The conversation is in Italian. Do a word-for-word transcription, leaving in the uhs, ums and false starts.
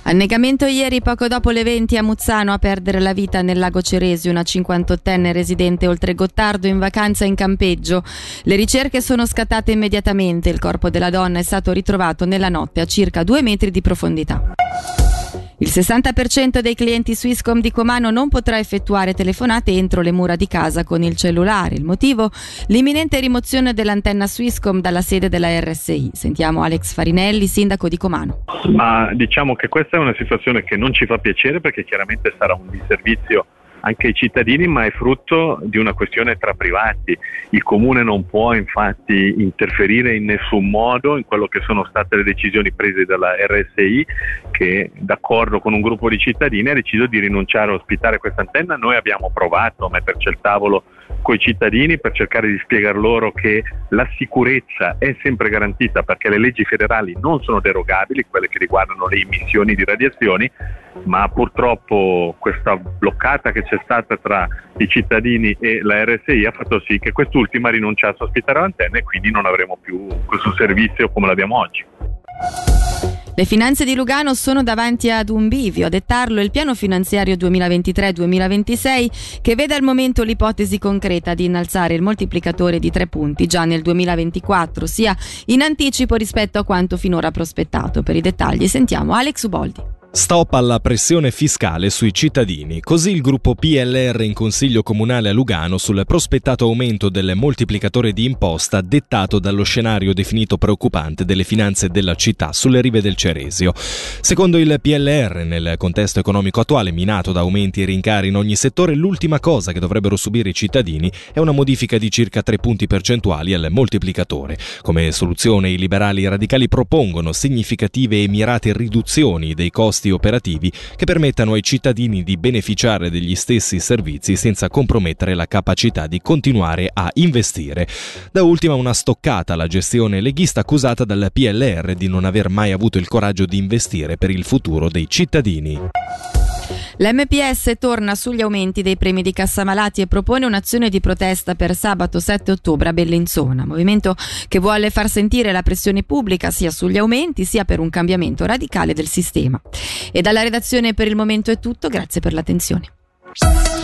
Annegamento ieri poco dopo le venti a Muzzano, a perdere la vita nel lago Ceresi una cinquantottenne residente oltre Gottardo in vacanza in campeggio. Le ricerche sono scattate immediatamente, il corpo della donna è stato ritrovato nella notte a circa due metri di profondità. Il sessanta per cento dei clienti Swisscom di Comano non potrà effettuare telefonate entro le mura di casa con il cellulare. Il motivo? L'imminente rimozione dell'antenna Swisscom dalla sede della R S I. Sentiamo Alex Farinelli, sindaco di Comano. Ma diciamo che questa è una situazione che non ci fa piacere, perché chiaramente sarà un disservizio anche ai cittadini, ma è frutto di una questione tra privati. Il comune non può infatti interferire in nessun modo in quello che sono state le decisioni prese dalla R S I, che d'accordo con un gruppo di cittadini ha deciso di rinunciare a ospitare questa antenna. Noi abbiamo provato a metterci al tavolo con i cittadini per cercare di spiegar loro che la sicurezza è sempre garantita, perché le leggi federali non sono derogabili, quelle che riguardano le emissioni di radiazioni, ma purtroppo questa bloccata che c'è stata tra i cittadini e la R S I ha fatto sì che quest'ultima rinunciasse a ospitare l'antenna, e quindi non avremo più questo servizio come l'abbiamo oggi. Le finanze di Lugano sono davanti ad un bivio, a dettarlo il piano finanziario duemilaventitré duemilaventisei, che vede al momento l'ipotesi concreta di innalzare il moltiplicatore di tre punti già nel duemilaventiquattro, sia in anticipo rispetto a quanto finora prospettato. Per i dettagli sentiamo Alex Uboldi. Stop alla pressione fiscale sui cittadini. Così il gruppo P L R in Consiglio Comunale a Lugano sul prospettato aumento del moltiplicatore di imposta dettato dallo scenario definito preoccupante delle finanze della città sulle rive del Ceresio. Secondo il P L R, nel contesto economico attuale minato da aumenti e rincari in ogni settore, l'ultima cosa che dovrebbero subire i cittadini è una modifica di circa tre punti percentuali al moltiplicatore. Come soluzione, i liberali radicali propongono significative e mirate riduzioni dei costi operativi che permettano ai cittadini di beneficiare degli stessi servizi senza compromettere la capacità di continuare a investire. Da ultima una stoccata alla gestione leghista, accusata dal P L R di non aver mai avuto il coraggio di investire per il futuro dei cittadini. L'M P S torna sugli aumenti dei premi di cassamalati e propone un'azione di protesta per sabato sette ottobre a Bellinzona, movimento che vuole far sentire la pressione pubblica sia sugli aumenti sia per un cambiamento radicale del sistema. E dalla redazione per il momento è tutto, grazie per l'attenzione.